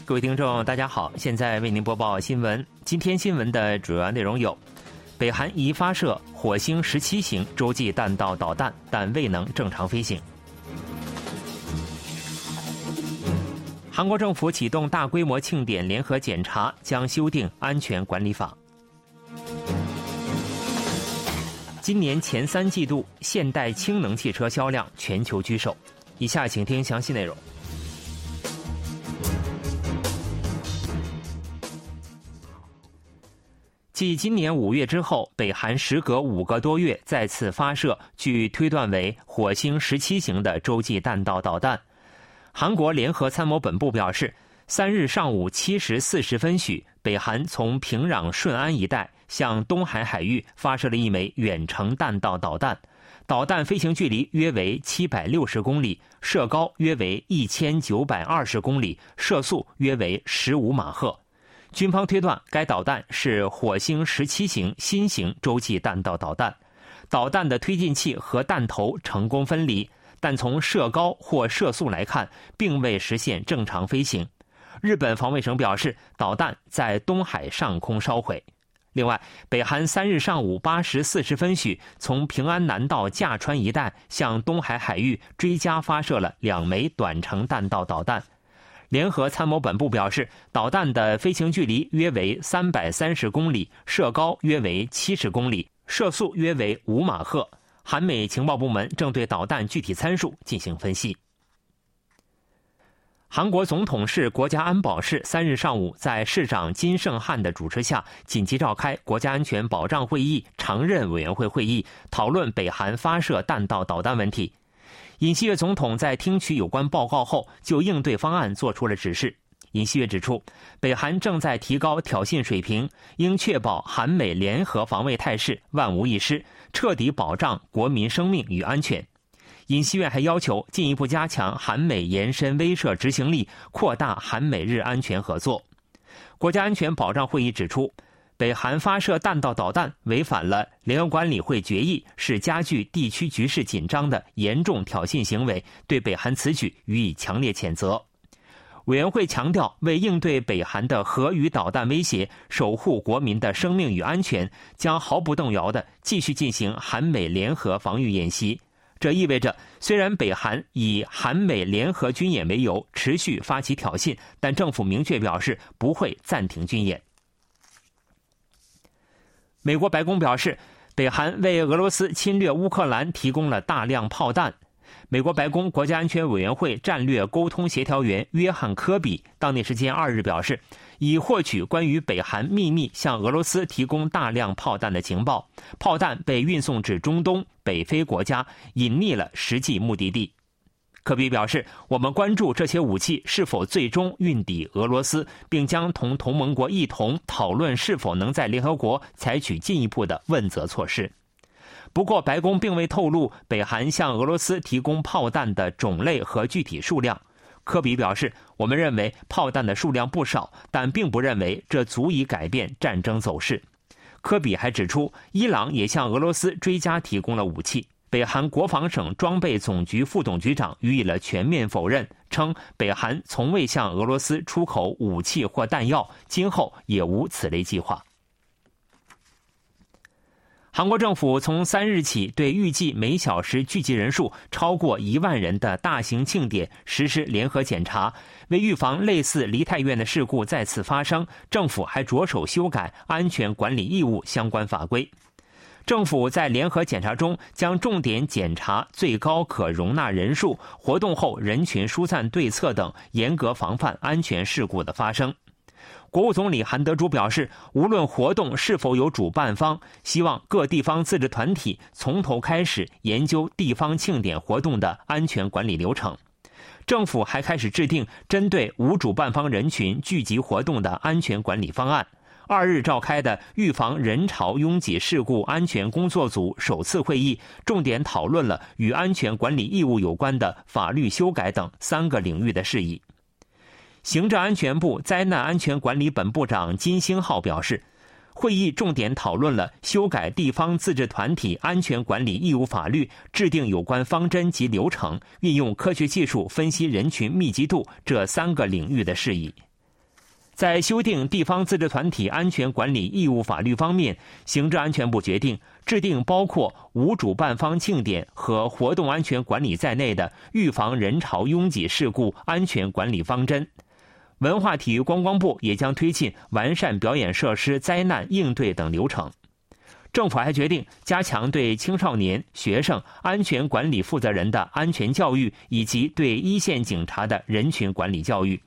各位听众大家好，现在为您播报新闻。今天新闻的主要内容有：北韩疑发射火星17型洲际弹道导弹，但未能正常飞行；韩国政府启动大规模庆典联合检查，将修订安全管理法；今年前3季度现代氢能汽车销量全球居首。以下请听详细内容。继今年5月之后，北韩时隔5个多月再次发射据推断为火星17型的洲际弹道导弹。韩国联合参谋本部表示，3日上午7时40分许，北韩从平壤顺安一带向东海海域发射了一枚远程弹道导弹，导弹飞行距离约为760公里，射高约为1920公里，射速约为15马赫。军方推断该导弹是火星17型新型洲际弹道导弹，导弹的推进器和弹头成功分离，但从射高或射速来看，并未实现正常飞行。日本防卫省表示，导弹在东海上空烧毁。另外，北韩3日上午8时40分许，从平安南道驾川一带向东海海域追加发射了2枚短程弹道导弹。联合参谋本部表示，导弹的飞行距离约为330公里，射高约为70公里，射速约为5马赫。韩美情报部门正对导弹具体参数进行分析。韩国总统室国家安保室3日上午在市长金圣汉的主持下，紧急召开国家安全保障会议常任委员会会议，讨论北韩发射弹道导弹问题。尹锡悦总统在听取有关报告后，就应对方案作出了指示。尹锡悦指出，北韩正在提高挑衅水平，应确保韩美联合防卫态势万无一失，彻底保障国民生命与安全。尹锡悦还要求进一步加强韩美延伸威慑执行力，扩大韩美日安全合作。国家安全保障会议指出，北韩发射弹道导弹违反了联合管理会决议，是加剧地区局势紧张的严重挑衅行为，对北韩此举予以强烈谴责。委员会强调，为应对北韩的核与导弹威胁，守护国民的生命与安全，将毫不动摇地继续进行韩美联合防御演习。这意味着，虽然北韩以韩美联合军演为由持续发起挑衅，但政府明确表示不会暂停军演。美国白宫表示，北韩为俄罗斯侵略乌克兰提供了大量炮弹。美国白宫国家安全委员会战略沟通协调员约翰·科比当地时间2日表示，已获取关于北韩秘密向俄罗斯提供大量炮弹的情报，炮弹被运送至中东、北非国家，隐匿了实际目的地。科比表示，我们关注这些武器是否最终运抵俄罗斯，并将同同盟国一同讨论是否能在联合国采取进一步的问责措施。不过，白宫并未透露北韩向俄罗斯提供炮弹的种类和具体数量。科比表示，我们认为炮弹的数量不少，但并不认为这足以改变战争走势。科比还指出，伊朗也向俄罗斯追加提供了武器。北韩国防省装备总局副总局长予以了全面否认，称北韩从未向俄罗斯出口武器或弹药，今后也无此类计划。韩国政府从3日起对预计每小时聚集人数超过1万人的大型庆典实施联合检查，为预防类似梨泰院的事故再次发生，政府还着手修改安全管理义务相关法规。政府在联合检查中将重点检查最高可容纳人数、活动后人群疏散对策等，严格防范安全事故的发生。国务总理韩德洙表示，无论活动是否有主办方，希望各地方自治团体从头开始研究地方庆典活动的安全管理流程。政府还开始制定针对无主办方人群聚集活动的安全管理方案。2日召开的预防人潮拥挤事故安全工作组首次会议，重点讨论了与安全管理义务有关的法律修改等3个领域的事宜。行政安全部灾难安全管理本部长金星浩表示，会议重点讨论了修改地方自治团体安全管理义务法律、制定有关方针及流程、运用科学技术分析人群密集度这3个领域的事宜。 在修订地方自治团体安全管理义务法律方面，行政安全部决定制定包括无主办方庆典和活动安全管理在内的预防人潮拥挤事故安全管理方针。文化体育观光部也将推进完善表演设施灾难应对等流程。政府还决定加强对青少年、学生、安全管理负责人的安全教育，以及对一线警察的人群管理教育。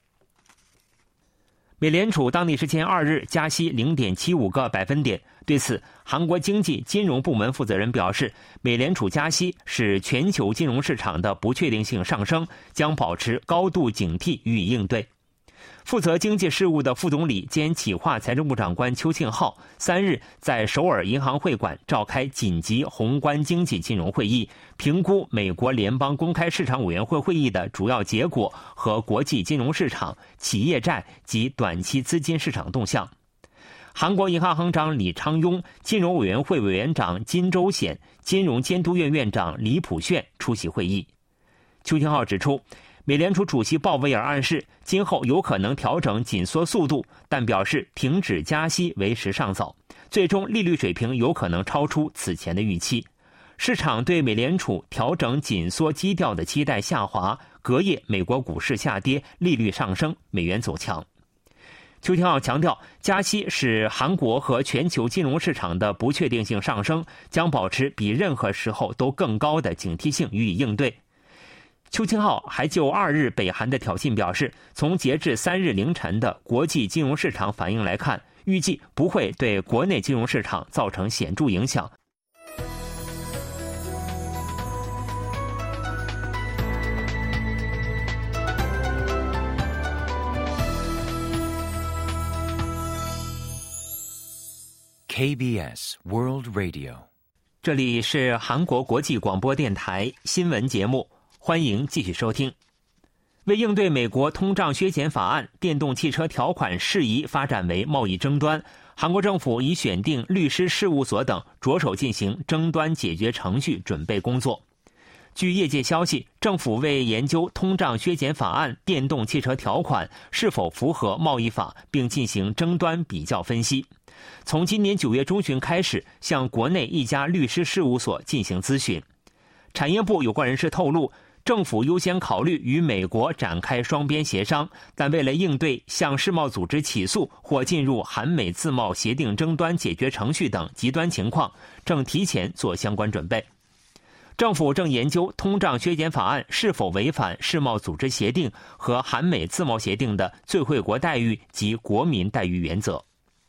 美联储当地时间2日加息0.75个百分点，对此，韩国经济金融部门负责人表示，美联储加息使全球金融市场的不确定性上升，将保持高度警惕予以应对。负责经济事务的副总理兼企划财政部长官邱庆浩3日在首尔银行会馆召开紧急宏观经济金融会议，评估美国联邦公开市场委员会会议的主要结果和国际金融市场、企业债及短期资金市场动向。韩国银行行长李昌镛、金融委员会委员长金周显、金融监督院院长李普炫出席会议。邱庆浩指出，美联储主席鲍威尔暗示今后有可能调整紧缩速度，但表示停止加息为时尚早，最终利率水平有可能超出此前的预期。市场对美联储调整紧缩基调的期待下滑，隔夜美国股市下跌，利率上升，美元走强。邱庆浩强调，加息使韩国和全球金融市场的不确定性上升，将保持比任何时候都更高的警惕性予以应对。邱庆浩还就2日北韩的挑衅表示，从截至3日凌晨的国际金融市场反应来看，预计不会对国内金融市场造成显著影响。 KBS World Radio， 这里是韩国国际广播电台新闻节目，欢迎继续收听。为应对美国通胀削减法案，电动汽车条款事宜发展为贸易争端，韩国政府已选定律师事务所等着手进行争端解决程序准备工作。据业界消息，政府为研究通胀削减法案电动汽车条款是否符合贸易法，并进行争端比较分析。从今年9月中旬开始，向国内一家律师事务所进行咨询。产业部有关人士透露，政府优先考虑与美国展开双边协商，但为了应对向世贸组织起诉或进入韩美自贸协定争端解决程序等极端情况，正提前做相关准备。政府正研究通胀削减法案是否违反世贸组织协定和韩美自贸协定的最惠国待遇及国民待遇原则。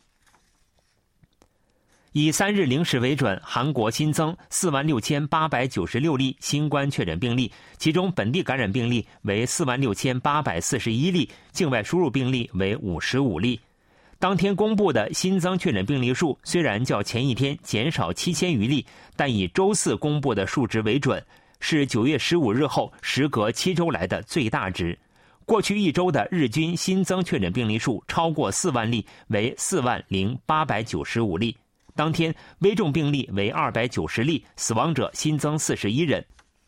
以3日0时为准，韩国新增46896例新冠确诊病例，其中本地感染病例为46841例，境外输入病例为55例。当天公布的新增确诊病例数虽然较前一天减少7000余例，但以周四公布的数值为准，是9月15日后时隔7周来的最大值。过去一周的日均新增确诊病例数超过4万例，为40895例。当天危重病例为290例，死亡者新增41人。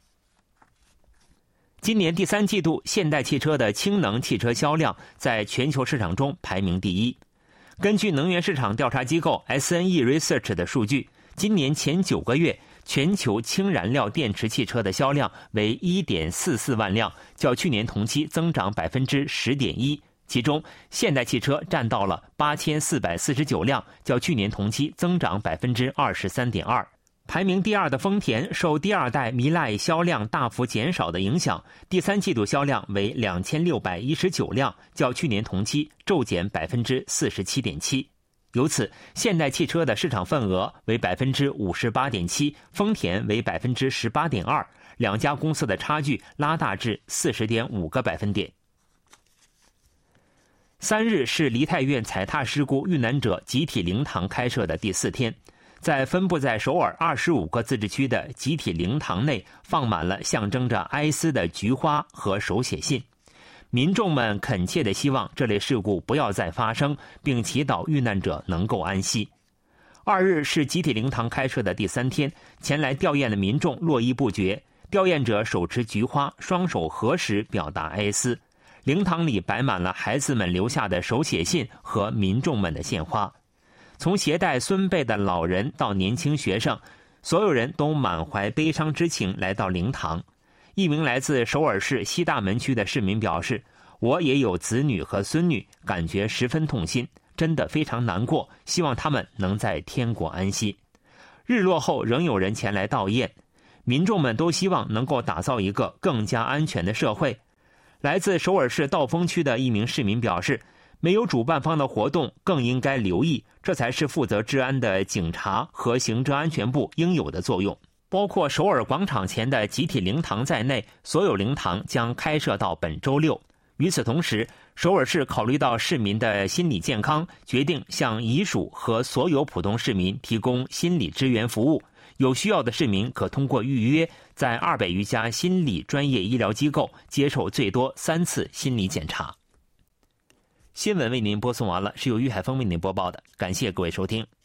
今年第3季度，现代汽车的氢能汽车销量在全球市场中排名第1。根据能源市场调查机构 SNE Research 的数据，今年前9个月，全球氢燃料电池汽车的销量为 1.44 万辆，较去年同期增长 10.1%。其中，现代汽车占到了8449辆，较去年同期增长 23.2%。排名第2的丰田受第2代米莱销量大幅减少的影响，第3季度销量为2619辆，较去年同期骤减 47.7%。由此，现代汽车的市场份额为 58.7%， 丰田为 18.2%， 两家公司的差距拉大至 40.5个百分点。3日是梨泰院踩踏事故遇难者集体灵堂开设的第4天，在分布在首尔25个自治区的集体灵堂内，放满了象征着哀思的菊花和手写信。民众们恳切地希望这类事故不要再发生，并祈祷遇难者能够安息。2日是集体灵堂开设的第3天，前来吊唁的民众络绎不绝，吊唁者手持菊花，双手合十表达哀思。 灵堂里摆满了孩子们留下的手写信和民众们的献花。从携带孙辈的老人到年轻学生，所有人都满怀悲伤之情来到灵堂。一名来自首尔市西大门区的市民表示，我也有子女和孙女，感觉十分痛心，真的非常难过，希望他们能在天国安息。日落后仍有人前来悼唁，民众们都希望能够打造一个更加安全的社会。来自首尔市道峰区的一名市民表示，没有主办方的活动更应该留意，这才是负责治安的警察和行车安全部应有的作用。包括首尔广场前的集体灵堂在内，所有灵堂将开设到本周六。与此同时，首尔市考虑到市民的心理健康，决定向遗属和所有普通市民提供心理支援服务。有需要的市民可通过预约，在200余家心理专业医疗机构接受最多3次心理检查。新闻为您播送完了，是由于海峰为您播报的，感谢各位收听。